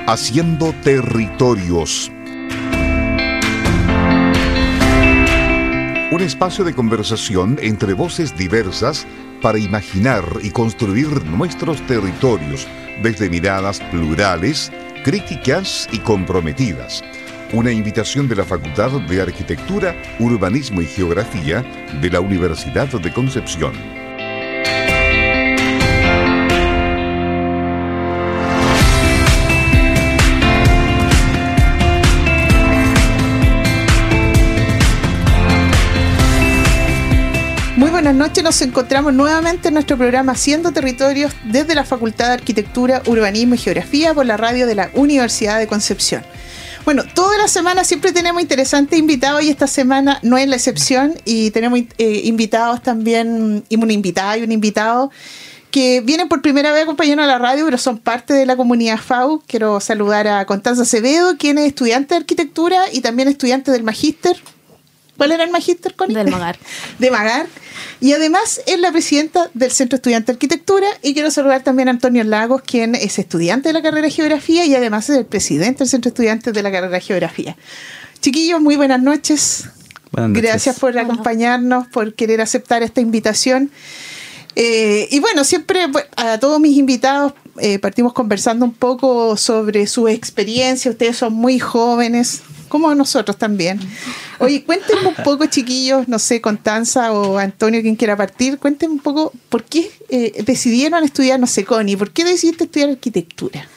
Haciendo Territorios. Un espacio de conversación entre voces diversas para imaginar y construir nuestros territorios desde miradas plurales, críticas y comprometidas. Una invitación de la Facultad de Arquitectura, Urbanismo y Geografía de la Universidad de Concepción. Muy buenas noches, nos encontramos nuevamente en nuestro programa Haciendo Territorios desde la Facultad de Arquitectura, Urbanismo y Geografía por la radio de la Universidad de Concepción. Bueno, toda la semana siempre tenemos interesantes invitados y esta semana no es la excepción y tenemos invitados también, y una invitada y un invitado que vienen por primera vez acompañando a la radio, pero son parte de la comunidad FAU. Quiero saludar a Constanza Acevedo, quien es estudiante de arquitectura y también estudiante del magíster. ¿Cuál era el magíster, Connie? Del Magar. De Magar. Y además es la presidenta del Centro Estudiante de Arquitectura. Y quiero saludar también a Antonio Lagos, quien es estudiante de la carrera de Geografía y además es el presidente del Centro Estudiante de la carrera de Geografía. Chiquillos, muy buenas noches. Buenas noches. Gracias por acompañarnos, por querer aceptar esta invitación. Y bueno, siempre a todos mis invitados partimos conversando un poco sobre su experiencia. Ustedes son muy jóvenes, como nosotros también. Oye, cuéntenme un poco, chiquillos, no sé, Constanza o Antonio, quien quiera partir, cuéntenme un poco por qué decidieron estudiar, no sé, Connie, ¿por qué decidiste estudiar arquitectura?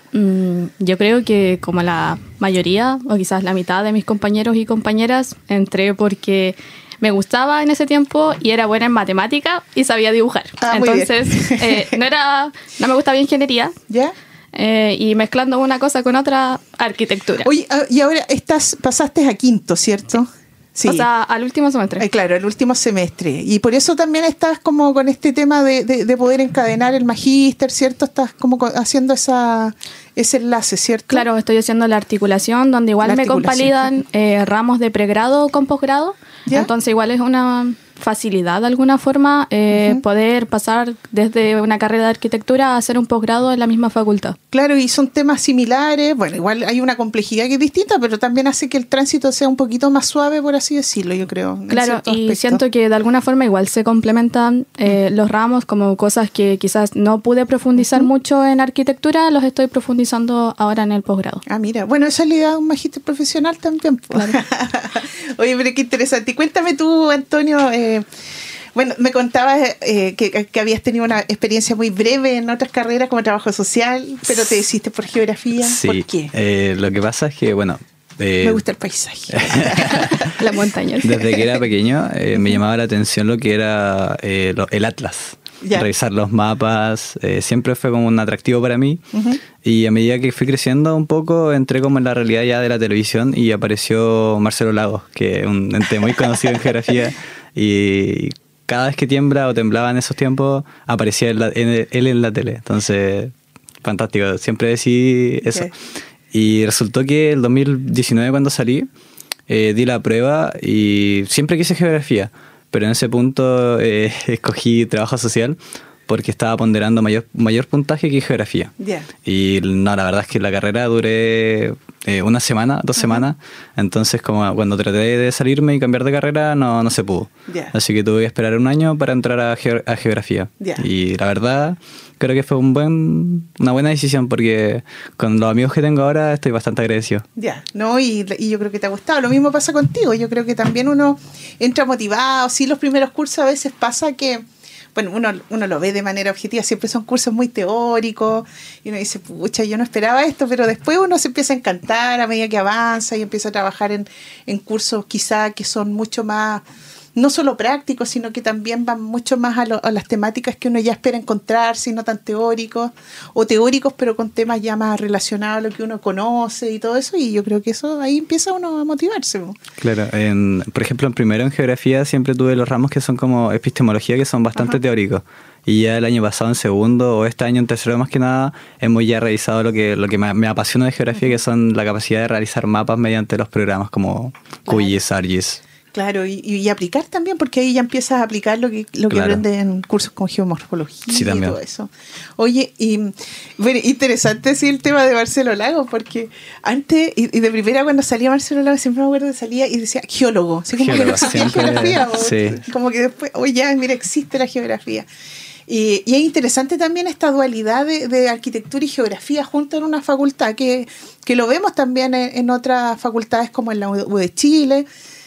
Yo creo que como la mayoría, o quizás la mitad de mis compañeros y compañeras, entré porque me gustaba en ese tiempo y era buena en matemática y sabía dibujar. Entonces, no me gustaba ingeniería. ¿Ya? Y mezclando una cosa con otra, arquitectura. Oye, y ahora pasaste a quinto, ¿cierto? Sí. O sea, al último semestre. Claro, el último semestre. Y por eso también estás como con este tema de poder encadenar el magíster, ¿cierto? Estás como haciendo ese enlace, ¿cierto? Claro, estoy haciendo la articulación, donde igual me convalidan ramos de pregrado con posgrado. ¿Ya? Entonces igual es una facilidad de alguna forma poder pasar desde una carrera de arquitectura a hacer un posgrado en la misma facultad. Claro, y son temas similares. Bueno, igual hay una complejidad que es distinta, pero también hace que el tránsito sea un poquito más suave, por así decirlo, yo creo. Claro, y siento que de alguna forma igual se complementan los ramos, como cosas que quizás no pude profundizar mucho en arquitectura, los estoy profundizando ahora en el posgrado. Ah, mira, bueno, esa es la idea de un magíster profesional también. Claro. Oye, pero qué interesante. Y cuéntame tú, Antonio, bueno, me contabas que habías tenido una experiencia muy breve en otras carreras como trabajo social, pero te decidiste por geografía. Sí, ¿por qué? Lo que pasa es que, bueno... me gusta el paisaje. La montaña. Desde que era pequeño me llamaba la atención lo que era el atlas. Ya. Revisar los mapas, siempre fue como un atractivo para mí. Y a medida que fui creciendo un poco, entré como en la realidad ya de la televisión y apareció Marcelo Lagos, que es un ente muy conocido en geografía. Y cada vez que tiembla o temblaba en esos tiempos, aparecía él en la tele. Entonces, fantástico, siempre decidí eso. Okay. Y resultó que el 2019 cuando salí, di la prueba y siempre quise geografía. Pero en ese punto escogí trabajo social porque estaba ponderando mayor puntaje que geografía. Yeah. Y no, la verdad es que la carrera duré una semana, 2 semanas. Entonces, como cuando traté de salirme y cambiar de carrera, no se pudo. Yeah. Así que tuve que esperar un año para entrar a geografía. Yeah. Y la verdad, creo que fue una buena decisión porque con los amigos que tengo ahora estoy bastante agradecido. Ya, no, y yo creo que te ha gustado. Lo mismo pasa contigo. Yo creo que también uno entra motivado. Sí, los primeros cursos a veces pasa que, bueno, uno lo ve de manera objetiva, siempre son cursos muy teóricos y uno dice, pucha, yo no esperaba esto, pero después uno se empieza a encantar a medida que avanza y empieza a trabajar en cursos quizá que son mucho más, no solo prácticos, sino que también van mucho más a las temáticas que uno ya espera encontrar, sino tan teóricos, o teóricos pero con temas ya más relacionados a lo que uno conoce y todo eso, y yo creo que eso ahí empieza uno a motivarse. Claro, por ejemplo, primero en geografía siempre tuve los ramos que son como epistemología, que son bastante teóricos, y ya el año pasado en segundo, o este año en tercero más que nada, hemos ya revisado lo que me apasiona de geografía, que son la capacidad de realizar mapas mediante los programas como QGIS, ArcGIS. Claro, y aplicar también, porque ahí ya empiezas a aplicar lo que aprendes en cursos con geomorfología y todo eso. Oye, y bueno, interesante sí el tema de Marcelo Lago, porque antes, y de primera cuando salía Marcelo Lago, siempre me acuerdo que salía y decía geólogo, así como que no existía geografía, como que después, oye, ya, mira, existe la geografía. Y es interesante también esta dualidad de arquitectura y geografía junto en una facultad, que lo vemos también en otras facultades como en la U de Chile,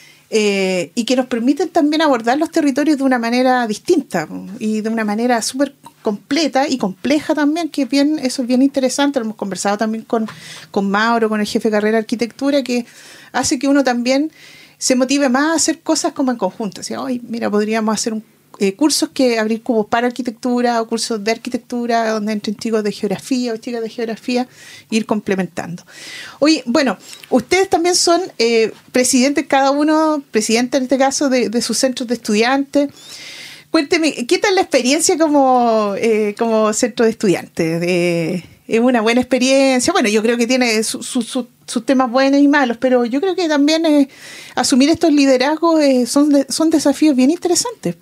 y que nos permiten también abordar los territorios de una manera distinta y de una manera súper completa y compleja también, que eso es bien interesante. Lo hemos conversado también con Mauro, con el jefe de carrera de arquitectura, que hace que uno también se motive más a hacer cosas como en conjunto. O sea, mira, podríamos hacer cursos que abrir cubos para arquitectura o cursos de arquitectura donde entren chicos de geografía o chicas de geografía, ir complementando. Oye, bueno, ustedes también son presidentes, cada uno, presidente en este caso, de sus centros de estudiantes. Cuénteme, ¿qué tal la experiencia como centro de estudiantes? Es una buena experiencia. Bueno, yo creo que tiene sus temas buenos y malos, pero yo creo que también asumir estos liderazgos son desafíos bien interesantes.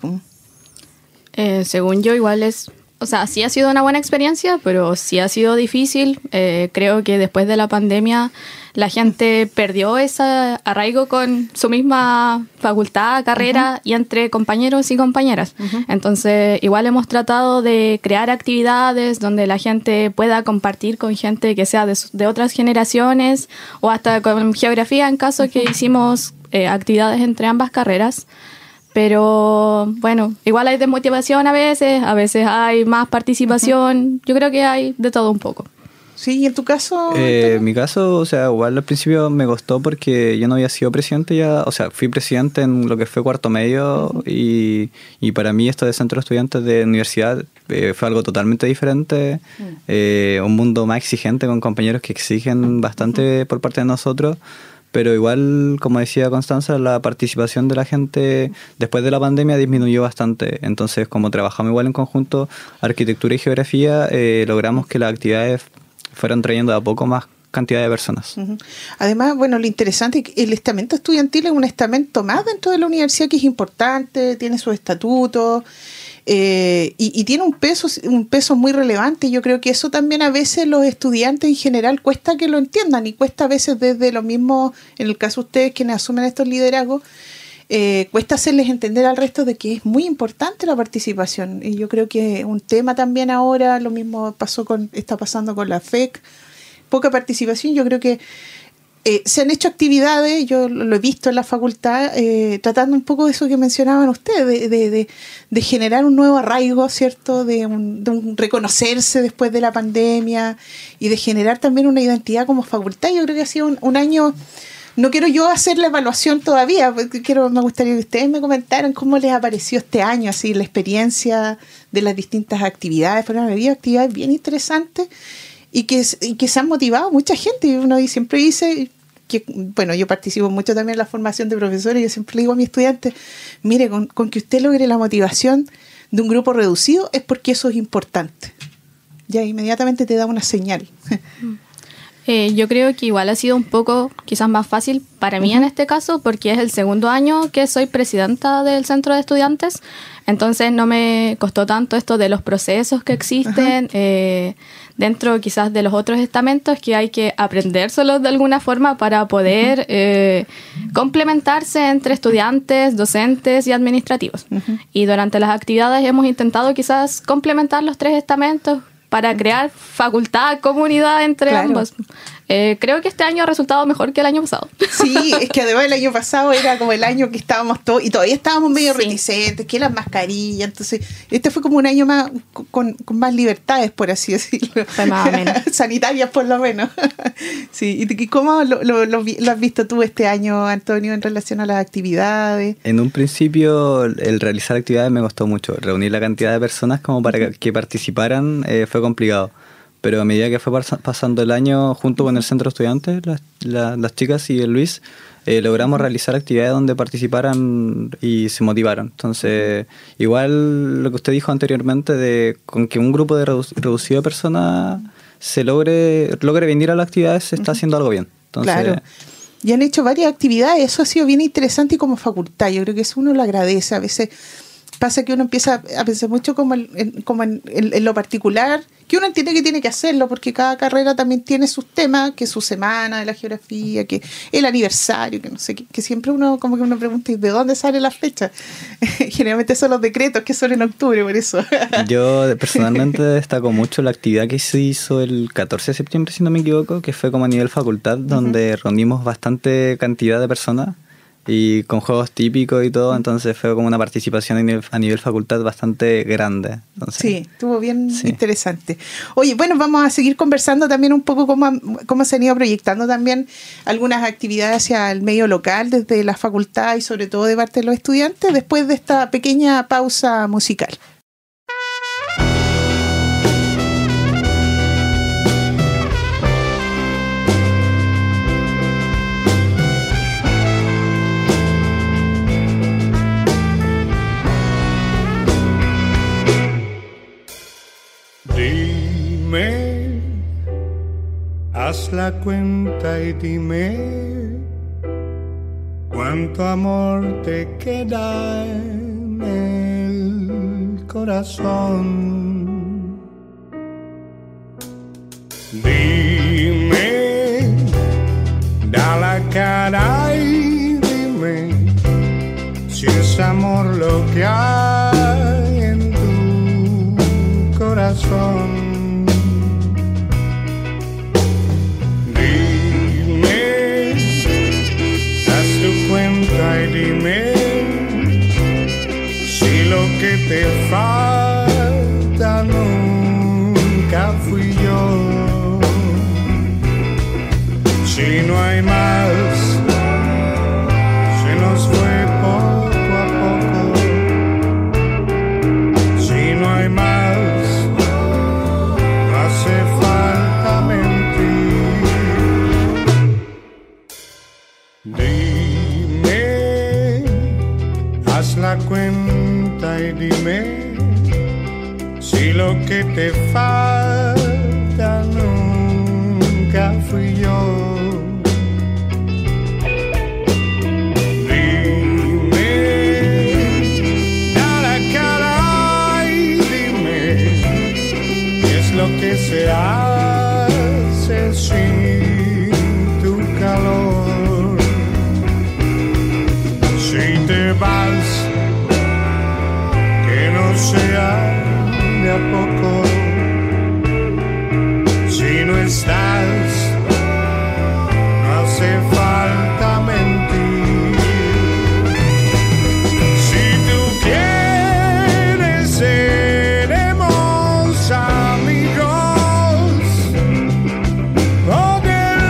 Según yo, igual sí ha sido una buena experiencia, pero sí ha sido difícil. Creo que después de la pandemia la gente perdió ese arraigo con su misma facultad, carrera y entre compañeros y compañeras. Entonces, igual hemos tratado de crear actividades donde la gente pueda compartir con gente que sea de otras generaciones o hasta con geografía en caso que hicimos actividades entre ambas carreras. Pero bueno, igual hay desmotivación a veces hay más participación. Yo creo que hay de todo un poco. Sí, ¿y en tu caso? En mi caso, o sea, igual al principio me costó porque yo no había sido presidente ya, o sea, fui presidente en lo que fue cuarto medio y para mí esto de centro de estudiantes de universidad fue algo totalmente diferente, un mundo más exigente con compañeros que exigen bastante por parte de nosotros. Pero igual, como decía Constanza, la participación de la gente después de la pandemia disminuyó bastante. Entonces, como trabajamos igual en conjunto, arquitectura y geografía, logramos que las actividades fueran trayendo a poco más cantidad de personas. Además, bueno, lo interesante es que el estamento estudiantil es un estamento más dentro de la universidad que es importante, tiene sus estatutos, y tiene un peso muy relevante. Yo creo que eso también a veces los estudiantes en general cuesta que lo entiendan y cuesta a veces desde lo mismo, en el caso de ustedes quienes asumen estos liderazgos, cuesta hacerles entender al resto de que es muy importante la participación. Y yo creo que un tema también ahora, lo mismo está pasando con la FEC, poca participación. Yo creo que se han hecho actividades, yo lo he visto en la facultad, tratando un poco de eso que mencionaban ustedes, de generar un nuevo arraigo, ¿cierto? De un reconocerse después de la pandemia y de generar también una identidad como facultad. Yo creo que ha sido un año. No quiero yo hacer la evaluación todavía, porque me gustaría que ustedes me comentaran cómo les ha parecido este año, así la experiencia de las distintas actividades. Pero han habido actividades bien interesantes y que se han motivado mucha gente. Y uno siempre dice que, bueno, yo participo mucho también en la formación de profesores y yo siempre le digo a mis estudiantes, mire, con que usted logre la motivación de un grupo reducido es porque eso es importante. Ya inmediatamente te da una señal. Yo creo que igual ha sido un poco quizás más fácil para mí en este caso porque es el segundo año que soy presidenta del centro de estudiantes, entonces no me costó tanto esto de los procesos que existen dentro quizás de los otros estamentos que hay que aprendérselos de alguna forma para poder complementarse entre estudiantes, docentes y administrativos. Y durante las actividades hemos intentado quizás complementar los tres estamentos para crear facultad, comunidad entre ambos. Creo que este año ha resultado mejor que el año pasado. Sí, es que además el año pasado era como el año que estábamos todos, y todavía estábamos medio reticentes, que las mascarillas, entonces este fue como un año más con más libertades, por así decirlo. Fue más o menos. Sanitarias por lo menos. Sí, ¿y cómo lo has visto tú este año, Antonio, en relación a las actividades? En un principio el realizar actividades me costó mucho, reunir la cantidad de personas como para que participaran fue complicado. Pero a medida que fue pasando el año, junto con el centro de estudiantes, las chicas y el Luis, logramos realizar actividades donde participaran y se motivaron. Entonces, igual lo que usted dijo anteriormente, con que un grupo de reducido de personas se logre venir a las actividades, se está haciendo algo bien. Entonces, claro. y han hecho varias actividades. Eso ha sido bien interesante y como facultad, yo creo que eso uno lo agradece. A veces pasa que uno empieza a pensar mucho como en lo particular, que uno entiende que tiene que hacerlo, porque cada carrera también tiene sus temas, que su semana de la geografía, que el aniversario, que no sé, que siempre uno como que uno pregunta, ¿y de dónde sale la fecha? Generalmente son los decretos que son en octubre, por eso. Yo personalmente destaco mucho la actividad que se hizo el 14 de septiembre, si no me equivoco, que fue como a nivel facultad, donde reunimos bastante cantidad de personas y con juegos típicos y todo, entonces fue como una participación a nivel facultad bastante grande. Entonces, sí, estuvo bien interesante. Oye, bueno, vamos a seguir conversando también un poco cómo se han ido proyectando también algunas actividades hacia el medio local desde la facultad y sobre todo de parte de los estudiantes después de esta pequeña pausa musical. Dime, haz la cuenta y dime cuánto amor te queda en el corazón. Dime, da la cara y dime si es amor lo que hay en tu corazón. Dime, haz tu cuenta y dime si lo que te falta nunca fui yo. Si no hay más, se nos fue poco a poco. Si no hay más, no hace falta mentir. Dime, haz la cuenta y dime si lo que te falta nunca fui yo. Lo que se hace sin tu calor. Si te vas, que no sea de a poco. Si no estás, no hace falta mentir. Si tú quieres seremos amigos. Oh, del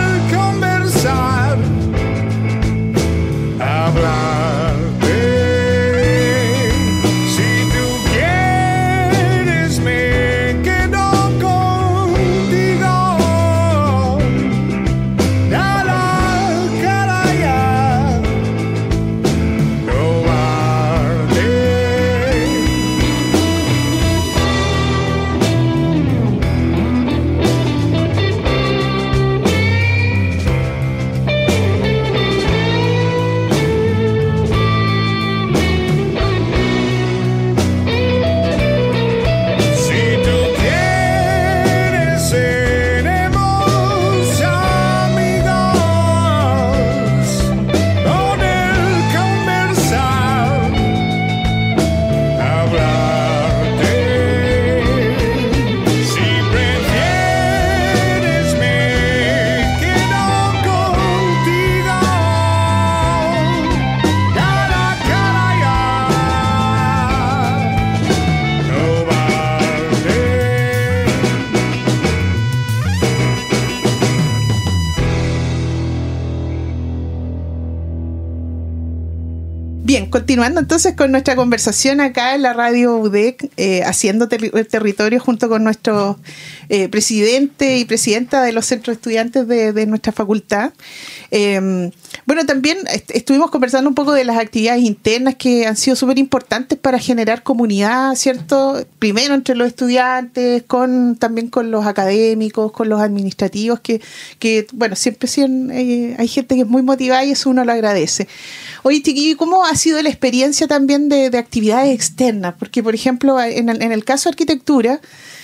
Bien, continuando entonces con nuestra conversación acá en la radio UDEC, haciendo territorio junto con nuestro presidente y presidenta de los centros de estudiantes de nuestra facultad. Bueno, también estuvimos conversando un poco de las actividades internas que han sido súper importantes para generar comunidad, ¿cierto? Primero entre los estudiantes, también con los académicos, con los administrativos, que bueno, siempre hay gente que es muy motivada y eso uno lo agradece. Oye, chiquillo, ¿cómo ha sido la experiencia también de actividades externas? Porque, por ejemplo, en el caso de arquitectura,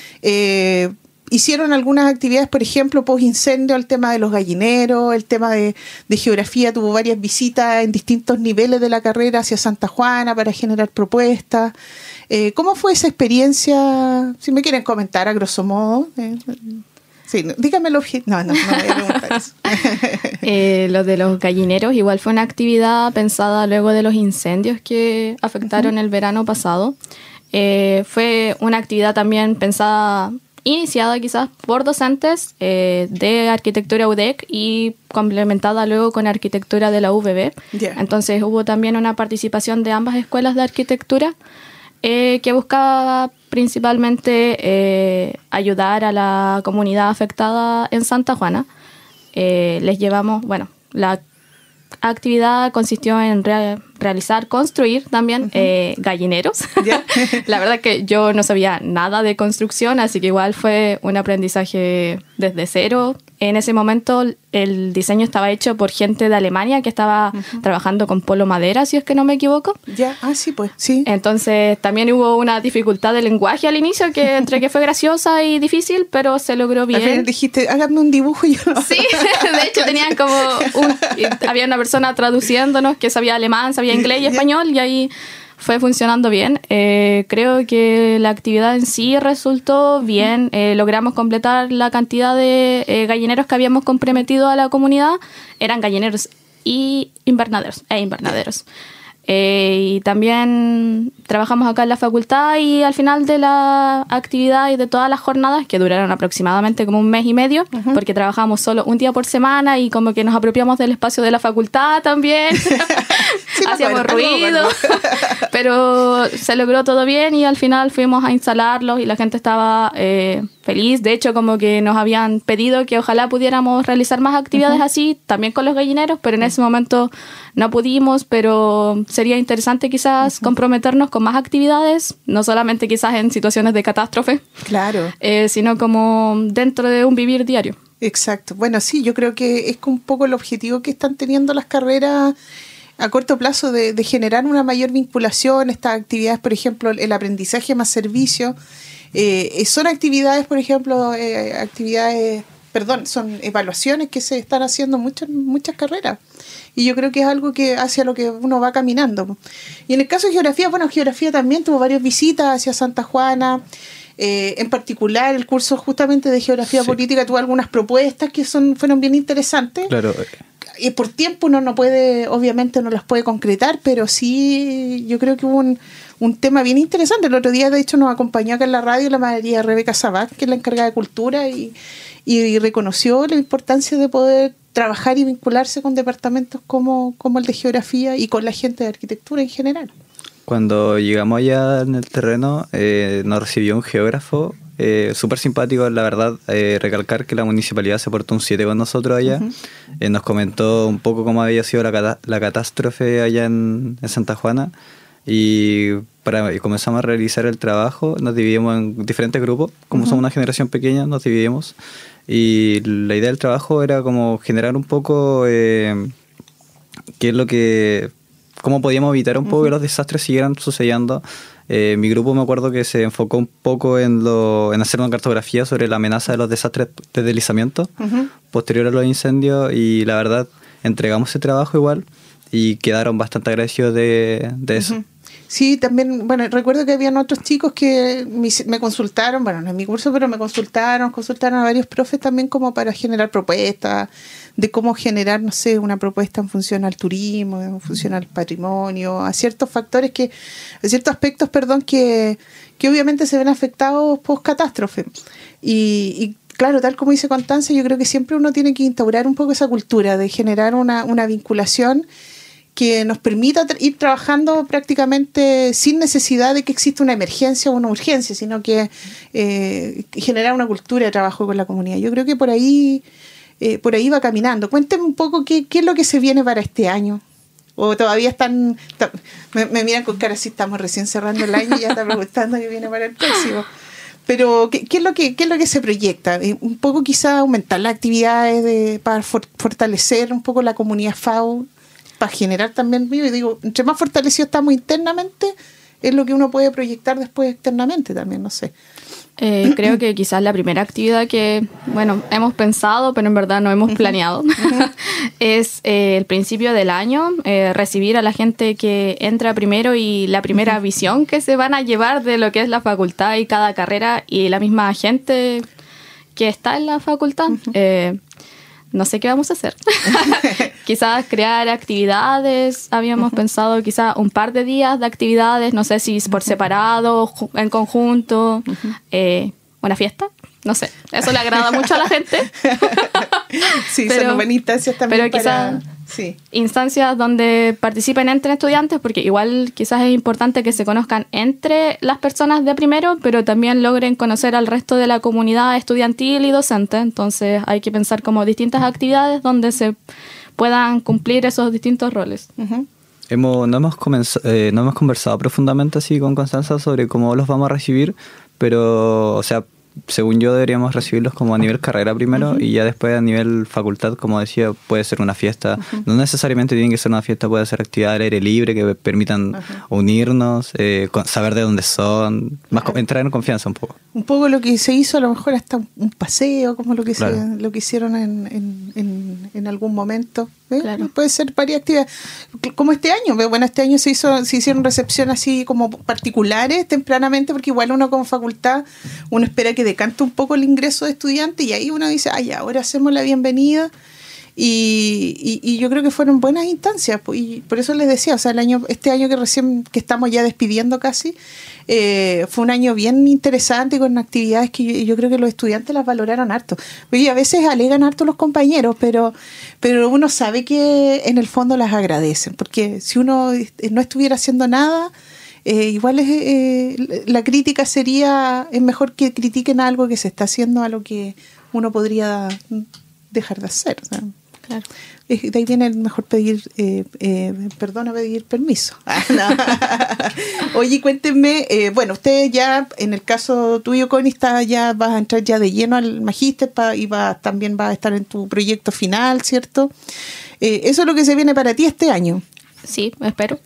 hicieron algunas actividades, por ejemplo, post-incendio, el tema de los gallineros, el tema de geografía, tuvo varias visitas en distintos niveles de la carrera hacia Santa Juana para generar propuestas. ¿Cómo fue esa experiencia? Si me quieren comentar a grosso modo. Sí, dígame el objetivo. No voy a preguntar eso. Lo de los gallineros igual fue una actividad pensada luego de los incendios que afectaron el verano pasado. Fue una actividad también pensada, iniciada quizás por docentes de arquitectura UDEC y complementada luego con arquitectura de la UVB. Yeah. Entonces hubo también una participación de ambas escuelas de arquitectura que buscaba principalmente ayudar a la comunidad afectada en Santa Juana. Les llevamos, bueno, la actividad consistió en construir también gallineros. Yeah. La verdad que yo no sabía nada de construcción, así que igual fue un aprendizaje desde cero. En ese momento el diseño estaba hecho por gente de Alemania que estaba trabajando con polo madera, si es que no me equivoco. Ya, sí, pues, sí. Entonces también hubo una dificultad de lenguaje al inicio, que entre que fue graciosa y difícil, pero se logró bien. Al final dijiste, hágame un dibujo y yo lo... Sí, de hecho tenían como había una persona traduciéndonos que sabía alemán, sabía inglés y español, y ahí fue funcionando bien. Creo que la actividad en sí resultó bien. Logramos completar la cantidad de gallineros que habíamos comprometido a la comunidad. Eran gallineros y invernaderos. Y también trabajamos acá en la facultad, y al final de la actividad y de todas las jornadas, que duraron aproximadamente como 1 mes y medio, porque trabajamos solo un día por semana y como que nos apropiamos del espacio de la facultad también. Sí, hacíamos ruido, pero se logró todo bien y al final fuimos a instalarlos y la gente estaba feliz. De hecho, como que nos habían pedido que ojalá pudiéramos realizar más actividades así, también con los gallineros, pero en ese momento no pudimos, pero sería interesante quizás comprometernos con más actividades, no solamente quizás en situaciones de catástrofe, claro, sino como dentro de un vivir diario. Exacto. Bueno, sí, yo creo que es un poco el objetivo que están teniendo las carreras a corto plazo de generar una mayor vinculación. Estas actividades, por ejemplo, el aprendizaje más servicio, son actividades, por ejemplo, son evaluaciones que se están haciendo muchas carreras. Y yo creo que es algo que hacia lo que uno va caminando. Y en el caso de geografía, bueno, geografía también tuvo varias visitas hacia Santa Juana. En particular, el curso justamente de geografía política tuvo algunas propuestas que fueron bien interesantes. Claro. Y por tiempo uno no puede, obviamente no las puede concretar, pero sí yo creo que hubo un tema bien interesante. El otro día, de hecho, nos acompañó acá en la radio la María Rebeca Sabat, que es la encargada de cultura, y reconoció la importancia de poder trabajar y vincularse con departamentos como el de geografía y con la gente de arquitectura en general. Cuando llegamos allá en el terreno, nos recibió un geógrafo súper simpático, la verdad. Recalcar que la municipalidad se portó un 7 con nosotros allá. Nos comentó un poco cómo había sido la catástrofe allá en Santa Juana, y comenzamos a realizar el trabajo. Nos dividimos en diferentes grupos, como somos una generación pequeña, nos dividimos, y la idea del trabajo era como generar un poco cómo podíamos evitar un poco que los desastres siguieran sucediendo. Mi grupo, me acuerdo que se enfocó un poco en hacer una cartografía sobre la amenaza de los desastres de deslizamiento posterior a los incendios, y la verdad entregamos ese trabajo igual y quedaron bastante agradecidos de eso. Sí, también, bueno, recuerdo que habían otros chicos que me consultaron, bueno, no es mi curso, pero me consultaron a varios profes también como para generar propuestas de cómo generar, no sé, una propuesta en función al turismo, en función al patrimonio, a ciertos factores a ciertos aspectos, que obviamente se ven afectados post catástrofe. Y claro, tal como dice Constanza, yo creo que siempre uno tiene que instaurar un poco esa cultura de generar una vinculación que nos permita ir trabajando prácticamente sin necesidad de que exista una emergencia o una urgencia, sino que generar una cultura de trabajo con la comunidad. Yo creo que por ahí va caminando. Cuénteme un poco qué es lo que se viene para este año. O todavía están... Me miran con cara así, estamos recién cerrando el año y ya están preguntando qué viene para el próximo. Pero, ¿qué es lo que se proyecta? Un poco quizá aumentar las actividades para fortalecer un poco la comunidad FAO, para generar también, yo digo, entre más fortalecidos estamos internamente, es lo que uno puede proyectar después externamente también, no sé. Creo que quizás la primera actividad que, bueno, hemos pensado, pero en verdad no hemos planeado, es el principio del año, recibir a la gente que entra primero y la primera visión que se van a llevar de lo que es la facultad y cada carrera y la misma gente que está en la facultad. No sé qué vamos a hacer. Quizás crear actividades. Habíamos pensado quizás un par de días de actividades. No sé si por separado, en conjunto. Una fiesta. No sé. Eso le agrada mucho a la gente. Sí, son buenas instancias también. Pero quizás instancias donde participen entre estudiantes, porque igual quizás es importante que se conozcan entre las personas de primero, pero también logren conocer al resto de la comunidad estudiantil y docente. Entonces hay que pensar como distintas actividades donde se puedan cumplir esos distintos roles. No hemos conversado profundamente así con Constanza sobre cómo los vamos a recibir, pero, o sea, según yo deberíamos recibirlos como a nivel carrera primero y ya después a nivel facultad, como decía, puede ser una fiesta. No necesariamente tiene que ser una fiesta, puede ser actividad al aire libre que permitan unirnos, saber de dónde son, entrar en confianza un poco. Un poco lo que se hizo, a lo mejor hasta un paseo, como lo que lo que hicieron en algún momento. Claro. Puede ser varias actividades. Como este año, bueno, este año se hicieron recepción así como particulares tempranamente, porque igual uno como facultad, uno espera que decante un poco el ingreso de estudiantes y ahí uno dice, ahora hacemos la bienvenida. Y yo creo que fueron buenas instancias, y por eso les decía, o sea, este año que estamos ya despidiendo casi, fue un año bien interesante con actividades que yo creo que los estudiantes las valoraron harto. Y a veces alegan harto los compañeros, pero uno sabe que en el fondo las agradecen, porque si uno no estuviera haciendo nada, igual la crítica es mejor que critiquen algo que se está haciendo a lo que uno podría dejar de hacer, ¿sabes? Claro. De ahí viene el mejor pedir permiso. Oye, cuéntenme, bueno, usted ya, en el caso tuyo, Connie, ya vas a entrar ya de lleno al magíster y también vas a estar en tu proyecto final, ¿cierto? Eso es lo que se viene para ti este año. Sí, espero.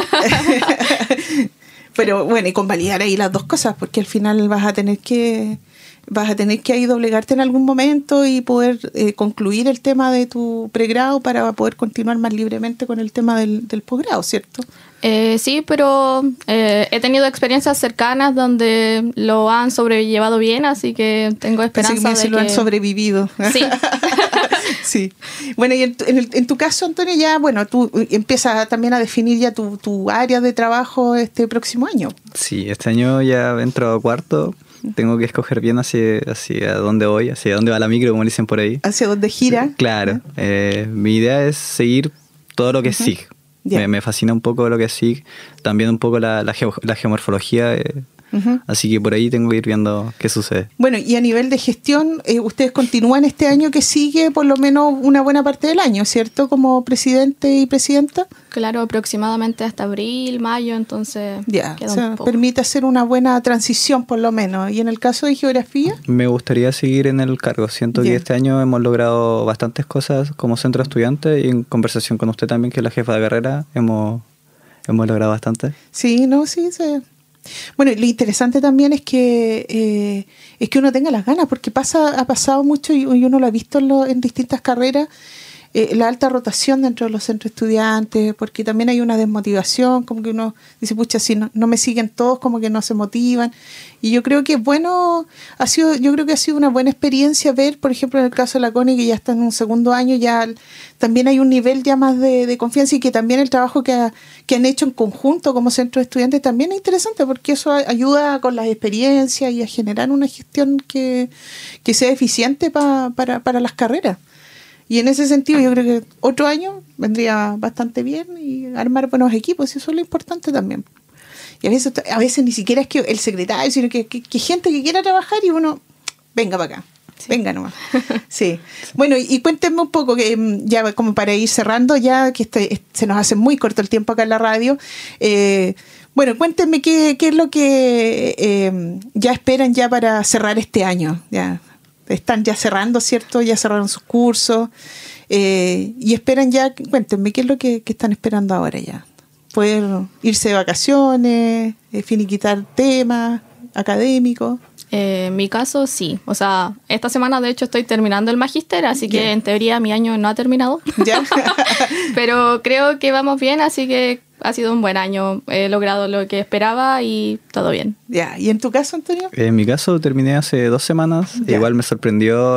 Pero bueno, y convalidar ahí las dos cosas, porque al final vas a tener que ahí doblegarte en algún momento y poder concluir el tema de tu pregrado para poder continuar más libremente con el tema del posgrado, ¿cierto? Sí, pero he tenido experiencias cercanas donde lo han sobrellevado bien, así que tengo esperanza de que lo han sobrevivido. Sí. Sí. Bueno, y en tu caso, Antonio, ya, bueno, tú empiezas también a definir ya tu área de trabajo este próximo año. Sí, este año ya entro a cuarto. Tengo que escoger bien hacia dónde voy, hacia dónde va la micro, como dicen por ahí. Hacia dónde gira. Claro. Mi idea es seguir todo lo que es SIG. Yeah. Me fascina un poco lo que es SIG. También un poco la geomorfología. Así que por ahí tengo que ir viendo qué sucede. Bueno, y a nivel de gestión, ustedes continúan este año que sigue por lo menos una buena parte del año, ¿cierto? Como presidente y presidenta. Claro, aproximadamente hasta abril, mayo, entonces queda un poco. Permite hacer una buena transición por lo menos. ¿Y en el caso de geografía? Me gustaría seguir en el cargo. Siento que este año hemos logrado bastantes cosas como centro de estudiantes y en conversación con usted también, que es la jefa de carrera, hemos logrado bastante. Sí, sí. Bueno, lo interesante también es que uno tenga las ganas, porque ha pasado mucho y uno lo ha visto en distintas carreras, la alta rotación dentro de los centros estudiantes, porque también hay una desmotivación, como que uno dice, pucha, si no me siguen todos, como que no se motivan. Y yo creo que ha sido una buena experiencia ver, por ejemplo, en el caso de la Connie, que ya está en un segundo año, ya también hay un nivel ya más de confianza, y que también el trabajo que han hecho en conjunto como centro de estudiantes también es interesante, porque eso ayuda con las experiencias y a generar una gestión que sea eficiente para las carreras. Y en ese sentido yo creo que otro año vendría bastante bien y armar buenos equipos, y eso es lo importante también. Y a veces ni siquiera es que el secretario, sino que gente que quiera trabajar y uno, venga para acá. Sí. Venga nomás. Sí. Bueno, y cuéntenme un poco, que ya como para ir cerrando, ya que se nos hace muy corto el tiempo acá en la radio. Bueno, cuéntenme qué es lo que ya esperan ya para cerrar este año. Ya están ya cerrando, ¿cierto? Ya cerraron sus cursos. Y esperan ya, cuéntenme qué es lo que están esperando ahora ya. Poder irse de vacaciones, finiquitar temas académicos. En mi caso, sí. O sea, esta semana, de hecho, estoy terminando el magíster, así que en teoría mi año no ha terminado. ¿Ya? Pero creo que vamos bien, así que ha sido un buen año. He logrado lo que esperaba y todo bien. Ya. ¿Y en tu caso, Antonio? En mi caso, terminé hace 2 semanas. Igual me sorprendió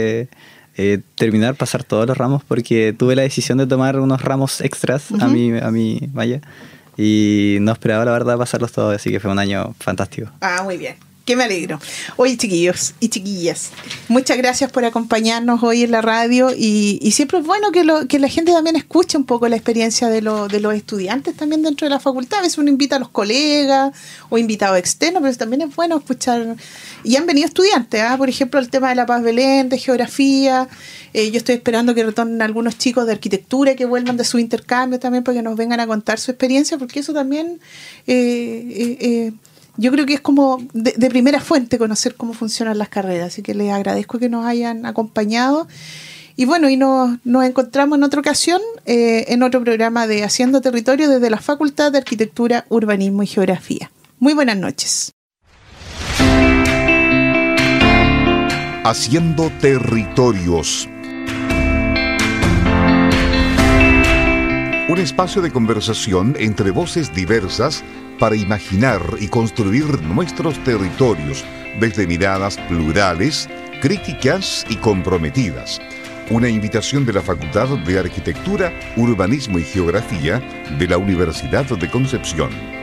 pasar todos los ramos, porque tuve la decisión de tomar unos ramos extras a mi malla. Y no esperaba, la verdad, pasarlos todos, así que fue un año fantástico. Ah, muy bien. Que me alegro. Oye, chiquillos y chiquillas, muchas gracias por acompañarnos hoy en la radio, y siempre es bueno que la gente también escuche un poco la experiencia de los estudiantes también dentro de la facultad. A veces uno invita a los colegas o invitados externos, pero también es bueno escuchar. Y han venido estudiantes, por ejemplo, el tema de La Paz Belén, de geografía. Yo estoy esperando que retornen algunos chicos de arquitectura, que vuelvan de su intercambio también, para que nos vengan a contar su experiencia, porque eso también... yo creo que es como de primera fuente conocer cómo funcionan las carreras, así que les agradezco que nos hayan acompañado. Y bueno, y nos encontramos en otra ocasión, en otro programa de Haciendo Territorio desde la Facultad de Arquitectura, Urbanismo y Geografía. Muy buenas noches. Haciendo Territorios. Un espacio de conversación entre voces diversas para imaginar y construir nuestros territorios desde miradas plurales, críticas y comprometidas. Una invitación de la Facultad de Arquitectura, Urbanismo y Geografía de la Universidad de Concepción.